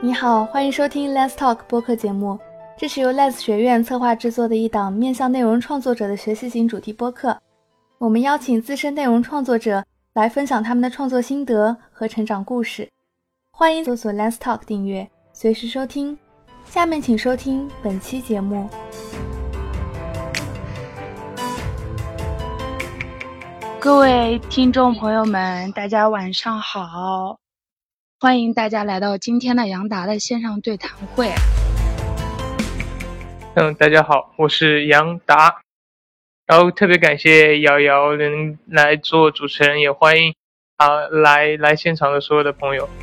你好，欢迎收听 Let's Talk 播客节目，这是由 Let's 学院策划制作的一档面向内容创作者的学习型主题播客。我们邀请资深内容创作者来分享他们的创作心得和成长故事。欢迎搜索 Let's Talk 订阅，随时收听。下面请收听本期节目。 各位听众朋友们，大家晚上好，欢迎大家来到今天的杨达的线上对谈会。 大家好，我是杨达，然后特别感谢瑶瑶能来做主持人，也欢迎来现场的所有的朋友。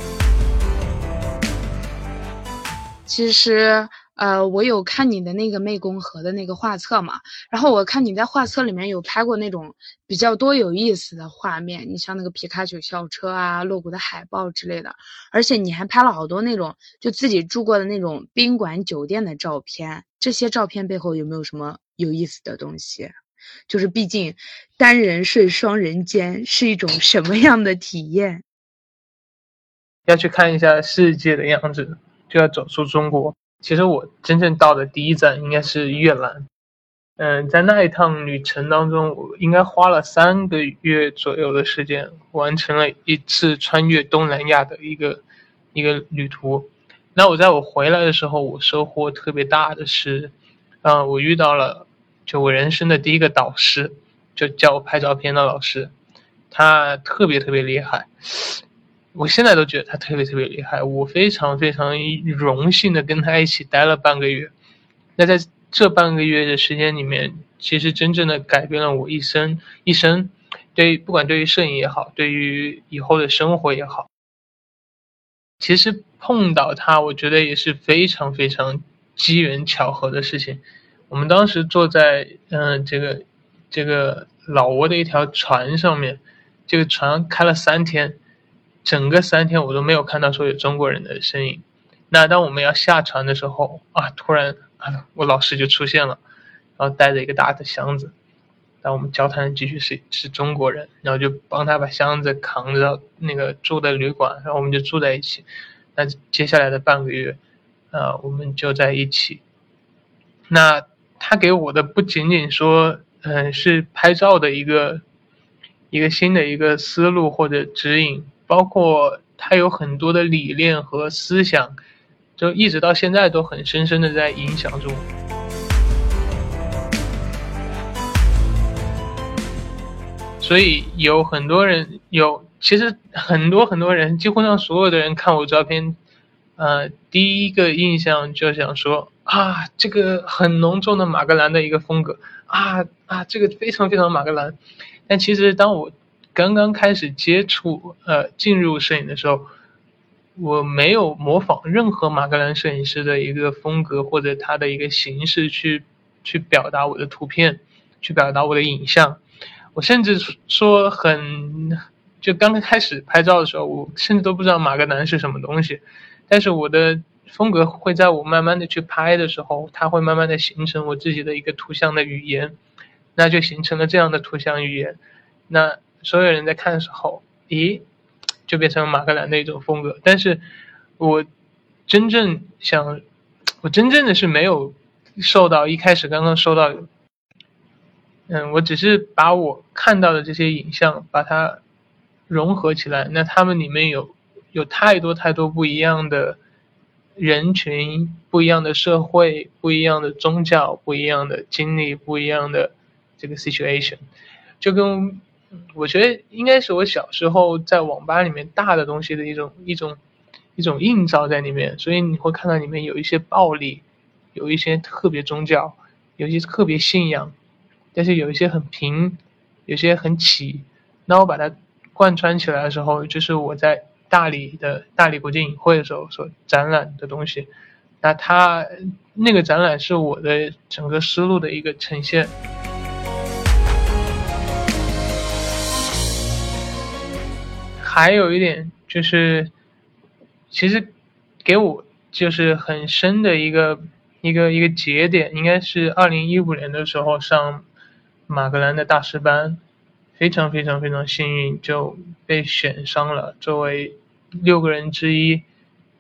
其实我有看你的那个湄公河的那个画册嘛，然后我看你在画册里面有拍过那种比较多有意思的画面，你像那个皮卡丘校车啊、洛谷的海报之类的，而且你还拍了好多那种就自己住过的那种宾馆酒店的照片，这些照片背后有没有什么有意思的东西？就是毕竟单人睡双人间是一种什么样的体验？ 要去看一下世界的样子，就要走出中国。其实我真正到的第一站应该是越南。在那一趟旅程当中，我应该花了3个月左右的时间，完成了一次穿越东南亚的一个旅途。那我在我回来的时候，我收获特别大的是，我遇到了就我人生的第一个导师，就教我拍照片的老师，他特别特别厉害。我现在都觉得他特别特别厉害，我非常非常荣幸的跟他一起待了半个月。那在这半个月的时间里面，其实真正的改变了我一生，不管对于摄影也好，对于以后的生活也好。其实碰到他，我觉得也是非常非常机缘巧合的事情。我们当时坐在这个老挝的一条船上面，这个船开了3天。整个3天我都没有看到说有中国人的身影。那当我们要下船的时候突然我老师就出现了，然后带着一个大的箱子，然后我们交谈的继续是中国人，然后就帮他把箱子扛着到那个住的旅馆，然后我们就住在一起。那接下来的半个月我们就在一起。那他给我的不仅仅说是拍照的一个新的一个思路或者指引，包括他有很多的理念和思想，就一直到现在都很深深的在影响着我。所以有很多人其实很多人，几乎上所有的人看我照片，第一个印象就想说这个很浓重的马格兰的一个风格这个非常非常马格兰。但其实当我刚刚开始接触进入摄影的时候，我没有模仿任何马格兰摄影师的一个风格或者他的一个形式去表达我的图片，去表达我的影像。我甚至说就刚开始拍照的时候，我甚至都不知道马格兰是什么东西。但是我的风格会在我慢慢的去拍的时候，它会慢慢的形成我自己的一个图像的语言，那就形成了这样的图像语言。那所有人在看的时候，就变成了马格兰的一种风格。但是我真正的是没有一开始刚刚受到我只是把我看到的这些影像把它融合起来。那他们里面有太多太多不一样的人群，不一样的社会，不一样的宗教，不一样的经历，不一样的这个 situation。 就跟我觉得应该是我小时候在网吧里面大的东西的一种映照在里面。所以你会看到里面有一些暴力，有一些特别宗教，有一些特别信仰，但是有一些很平，有些很起。那我把它贯穿起来的时候，就是我在大理国际影会的时候所展览的东西。那那个展览是我的整个思路的一个呈现。还有一点就是，其实给我就是很深的一个节点，应该是2015年的时候上马格兰的大师班，非常非常非常幸运就被选上了作为6个人之一。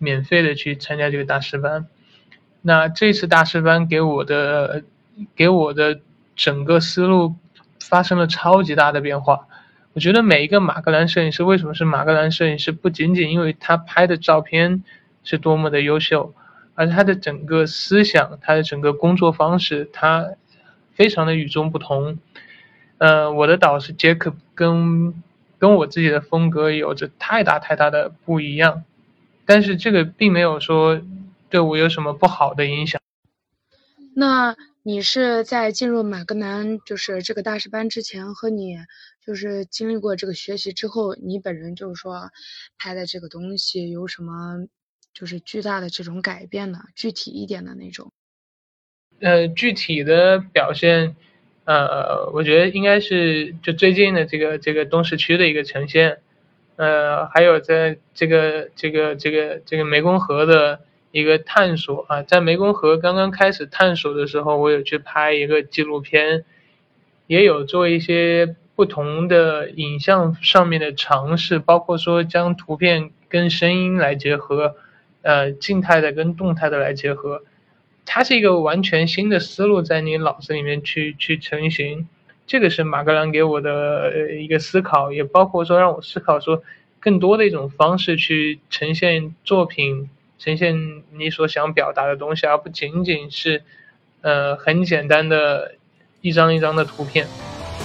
免费的去参加这个大师班。那这次大师班给我的整个思路发生了超级大的变化。我觉得每一个马格兰摄影师为什么是马格兰摄影师，不仅仅因为他拍的照片是多么的优秀，而他的整个思想，他的整个工作方式，他非常的与众不同。我的导师杰克跟我自己的风格有着太大的不一样，但是这个并没有说对我有什么不好的影响。 那你是在进入马格南就是这个大师班之前，和你就是经历过这个学习之后，你本人就是说拍的这个东西有什么就是巨大的这种改变呢？具体一点的那种。 具体的表现，我觉得应该是就最近的这个东石区的一个呈现，还有在这个湄公河的一个探索啊，在湄公河刚刚开始探索的时候，我有去拍一个纪录片，也有做一些不同的影像上面的尝试，包括说将图片跟声音来结合，静态的跟动态的来结合。它是一个完全新的思路在你脑子里面去成型，这个是马格兰给我的一个思考，也包括说让我思考说更多的一种方式去呈现作品，呈现你所想表达的东西，而不仅仅是很简单的一张一张的图片。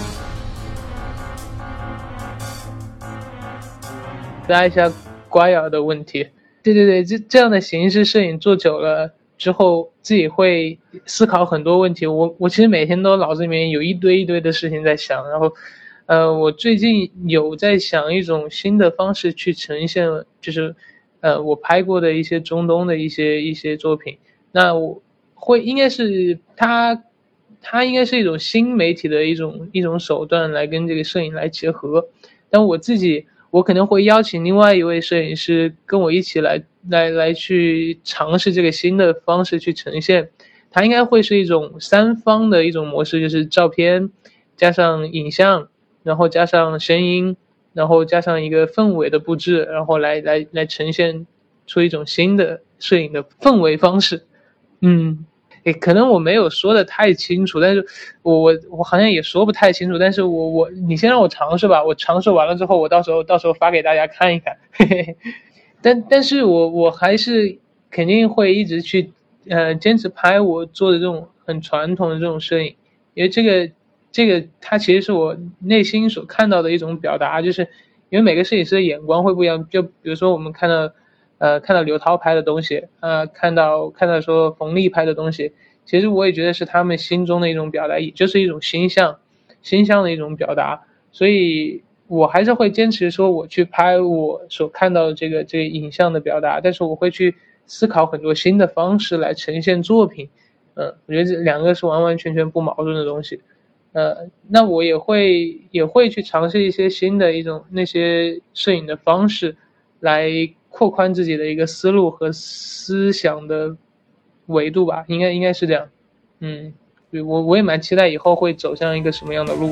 回答一下瓜瑶的问题，对，这样的形式摄影做久了之后，自己会思考很多问题。我其实每天都脑子里面有一堆的事情在想，然后，我最近有在想一种新的方式去呈现，就是我拍过的一些中东的一些作品。那我会应该是它应该是一种新媒体的一种手段来跟这个摄影来结合，但我可能会邀请另外一位摄影师跟我一起来去尝试这个新的方式去呈现，它应该会是一种三方的一种模式，就是照片加上影像，然后加上声音，然后加上一个氛围的布置，然后来呈现出一种新的摄影的氛围方式。可能我没有说的太清楚，但是我好像也说不太清楚，但是你先让我尝试吧，我尝试完了之后，我到时候发给大家看一看，嘿嘿。但是我还是肯定会一直去坚持拍我做的这种很传统的这种摄影，因为这个它其实是我内心所看到的一种表达，就是因为每个摄影师的眼光会不一样，就比如说我们看到刘涛拍的东西，看到说冯丽拍的东西，其实我也觉得是他们心中的一种表达，也就是一种心象的一种表达，所以我还是会坚持说我去拍我所看到的这个影像的表达，但是我会去思考很多新的方式来呈现作品。我觉得这两个是完完全全不矛盾的东西。那我也会去尝试一些新的那些摄影的方式，来扩宽自己的一个思路和思想的维度吧，应该是这样。对，我也蛮期待以后会走向一个什么样的路。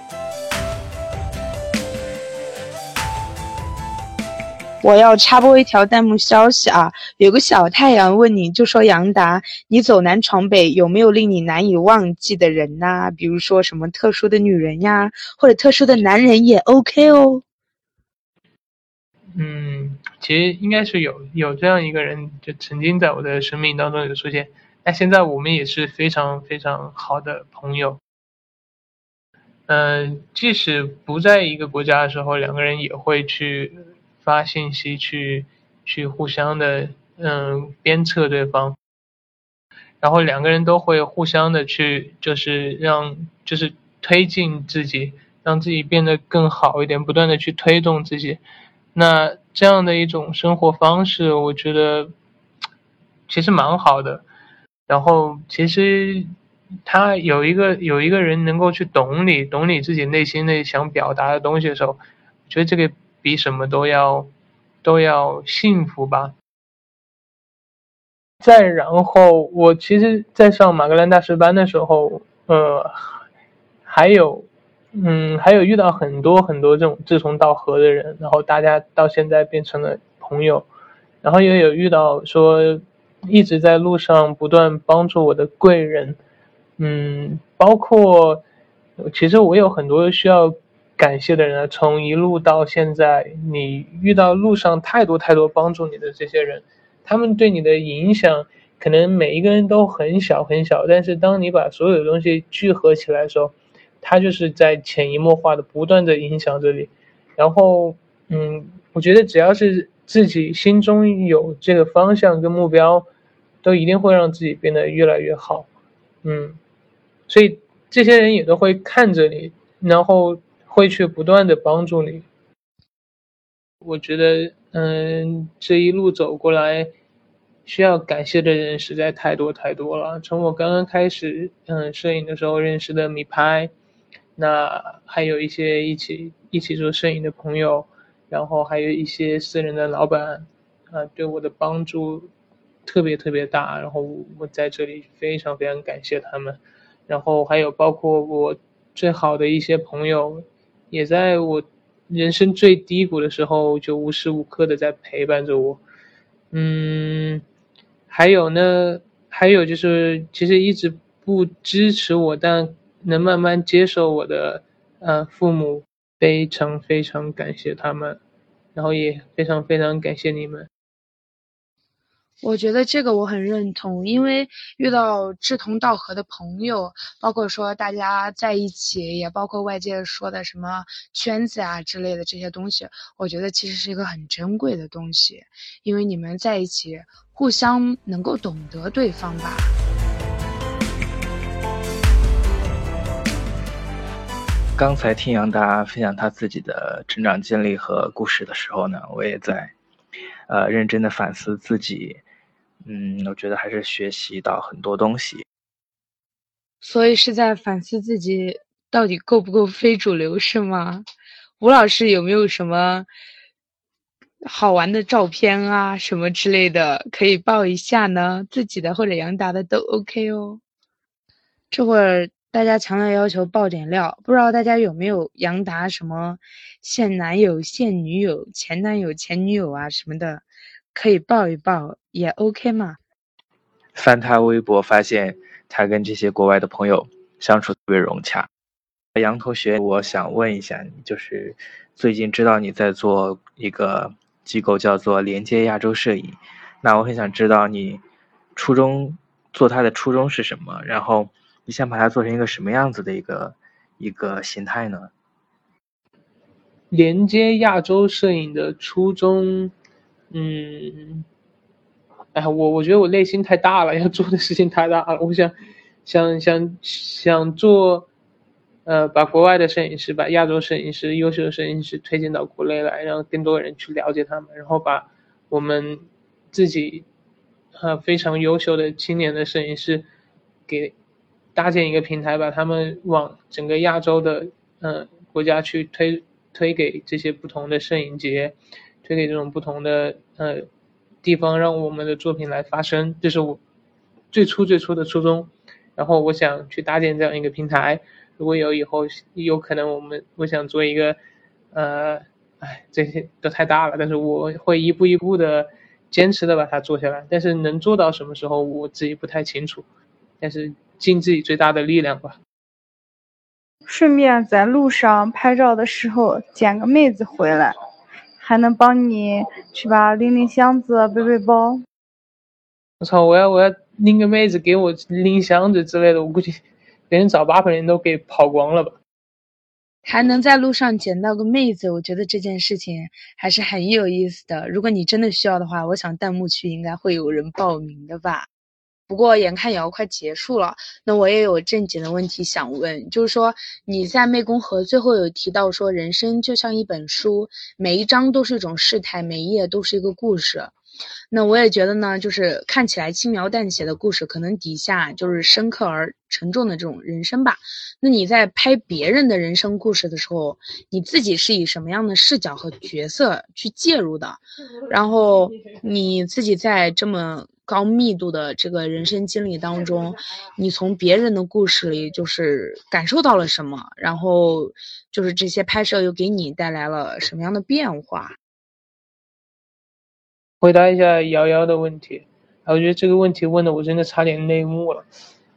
我要插播一条弹幕消息啊，有个小太阳问你，就说杨达，你走南闯北有没有令你难以忘记的人呐？比如说什么特殊的女人呀，或者特殊的男人也 OK 哦。 其实应该是有这样一个人，就曾经在我的生命当中有出现，但现在我们也是非常非常好的朋友。即使不在一个国家的时候，两个人也会去发信息，去互相的鞭策对方，然后两个人都会互相的去就是推进自己，让自己变得更好一点，不断的去推动自己。那这样的一种生活方式，我觉得其实蛮好的。然后其实他有一个人能够去懂你自己内心的想表达的东西的时候，我觉得这个比什么都要幸福吧。再然后我其实在上马格兰大师班的时候，还有遇到很多这种志同道合的人，然后大家到现在变成了朋友。 然后也有遇到说一直在路上不断帮助我的贵人，包括其实我有很多需要感谢的人啊，从一路到现在，你遇到路上太多太多帮助你的这些人，他们对你的影响可能每一个人都很小很小，但是当你把所有的东西聚合起来的时候，它就是在潜移默化的不断的影响着你。然后我觉得只要是自己心中有这个方向跟目标，都一定会让自己变得越来越好。所以这些人也都会看着你，然后会去不断的帮助你。我觉得这一路走过来，需要感谢的人实在太多太多了。从我刚刚开始摄影的时候认识的米拍，那还有一些一起做摄影的朋友，然后还有一些私人的老板对我的帮助特别特别大，然后我在这里非常非常感谢他们。然后还有包括我最好的一些朋友，也在我人生最低谷的时候就无时无刻的在陪伴着我。还有呢，还有就是其实一直不支持我，但能慢慢接受我的父母，非常非常感谢他们，然后也非常非常感谢你们。 我觉得这个我很认同，因为遇到志同道合的朋友，包括说大家在一起，也包括外界说的什么圈子啊之类的这些东西，我觉得其实是一个很珍贵的东西，因为你们在一起互相能够懂得对方吧。 刚才听杨达分享他自己的成长经历和故事的时候呢，我也在认真的反思自己。我觉得还是学习到很多东西。 所以是在反思自己到底够不够非主流是吗？吴老师有没有什么好玩的照片啊什么之类的可以报一下呢？自己的或者杨达的都 OK 哦。这会儿大家强烈要求爆点料，不知道大家有没有杨达什么现男友、现女友、前男友、前女友啊什么的，可以报一报也 OK 嘛。 翻他微博发现他跟这些国外的朋友相处特别融洽。杨同学，我想问一下你，就是最近知道你在做一个机构叫做连接亚洲摄影，那我很想知道你做它的初衷是什么，然后你想把它做成一个什么样子的一个形态呢？ 连接亚洲摄影的初衷，我觉得我内心太大了，要做的事情太大了。我想做，把国外的摄影师，把亚洲摄影师、优秀的摄影师推荐到国内来，让更多人去了解他们，然后把我们自己非常优秀的青年的摄影师给搭建一个平台，把他们往整个亚洲的国家去推给这些不同的摄影节，推给这种不同的地方，让我们的作品来发声，这是我最初的初衷。然后我想去搭建这样一个平台，如果以后有可能我想做一个这些都太大了，但是我会一步一步的坚持的把它做下来，但是能做到什么时候我自己不太清楚，但是尽自己最大的力量吧。 顺便在路上拍照的时候捡个妹子回来，还能帮你去吧拎箱子背包。 我操，我要拎个妹子给我拎箱子之类的，我估计别人早800人都给跑光了吧。 还能在路上捡到个妹子，我觉得这件事情还是很有意思的。如果你真的需要的话，我想弹幕区应该会有人报名的吧。不过眼看也要快结束了，那我也有正经的问题想问，就是说你在湄公河最后有提到说，人生就像一本书，每一章都是一种事态，每一页都是一个故事。那我也觉得呢，就是看起来轻描淡写的故事，可能底下就是深刻而沉重的这种人生吧。那你在拍别人的人生故事的时候，你自己是以什么样的视角和角色去介入的？然后你自己在这么高密度的这个人生经历当中，你从别人的故事里就是感受到了什么？然后就是这些拍摄又给你带来了什么样的变化？ 回答一下瑶瑶的问题。我觉得这个问题问的我真的差点泪目了。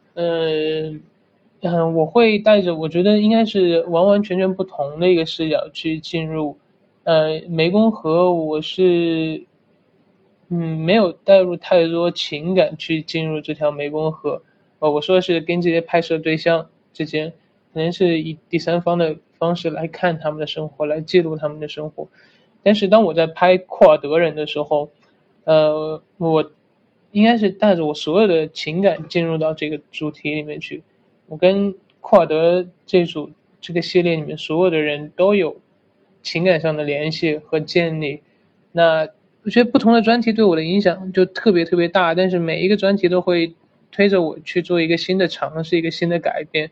我会带着我觉得应该是完完全全不同的一个视角去进入。湄公河我是没有带入太多情感去进入这条湄公河。我说的是跟这些拍摄对象之间，可能是以第三方的方式来看他们的生活，来记录他们的生活。但是当我在拍库尔德人的时候，我应该是带着我所有的情感进入到这个主题里面去。我跟库尔德这个系列里面所有的人都有情感上的联系和建立。那我觉得不同的专题对我的影响就特别特别大，但是每一个专题都会推着我去做一个新的尝试，一个新的改变。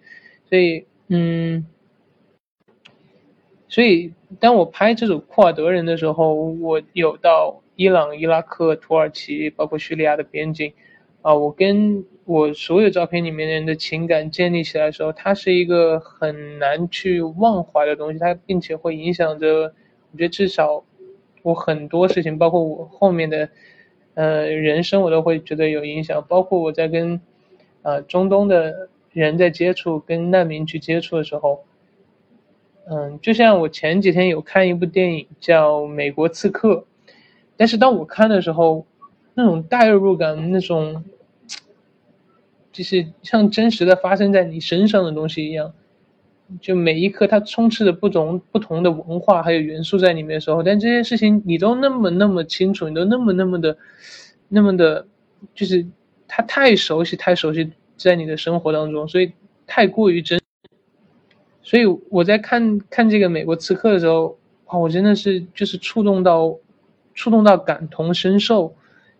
所以当我拍这组库尔德人的时候，我有到伊朗、伊拉克、土耳其包括叙利亚的边境。我跟我所有照片里面人的情感建立起来的时候，它是一个很难去忘怀的东西，它并且会影响着我觉得至少我很多事情，包括我后面的人生我都会觉得有影响。包括我在跟中东的人在接触，跟难民去接触的时候，就像我前几天有看一部电影叫《美国刺客》，但是当我看的时候，那种代入感，那种就是像真实的发生在你身上的东西一样，就每一刻它充斥着不同的文化还有元素在里面的时候，但这些事情你都那么清楚，你都那么的，就是它太熟悉在你的生活当中，所以太过于真。所以我在看这个美国刺客的时候，我真的是就是触动到感同身受。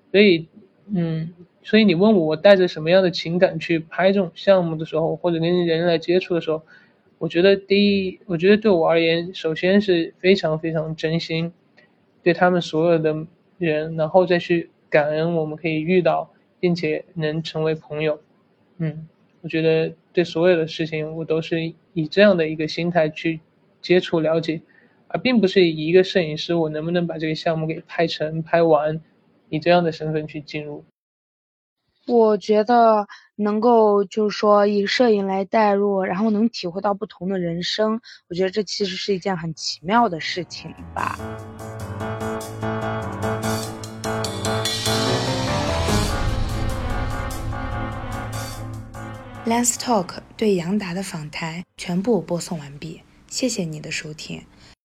所以你问我带着什么样的情感去拍这种项目的时候，或者跟人来接触的时候，我觉得对我而言，首先是非常非常真心对他们所有的人，然后再去感恩我们可以遇到并且能成为朋友。我觉得对所有的事情我都是以这样的一个心态去接触了解，而并不是以一个摄影师我能不能把这个项目给拍完，以这样的身份去进入。 我觉得能够就是说以摄影来带入，然后能体会到不同的人生，我觉得这其实是一件很奇妙的事情吧。Let's Talk 对杨达的访谈全部播送完毕，谢谢你的收听。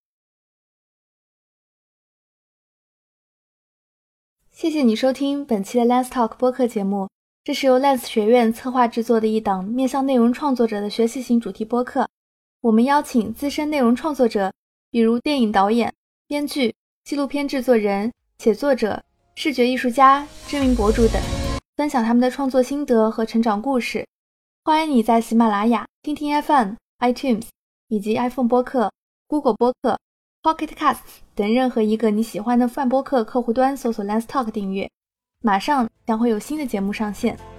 谢谢你收听本期的 Let's Talk 播客节目，这是由 Lens 学院策划制作的一档面向内容创作者的学习型主题播客。我们邀请资深内容创作者，比如电影导演、编剧、纪录片制作人、写作者、视觉艺术家、知名博主等，分享他们的创作心得和成长故事。欢迎你在喜马拉雅、听听 FM、iTunes 以及 iPhone 播客、Google 播客、Pocket Casts 等任何一个你喜欢的泛播客客户端搜索 Let's Talk 订阅。马上将会有新的节目上线。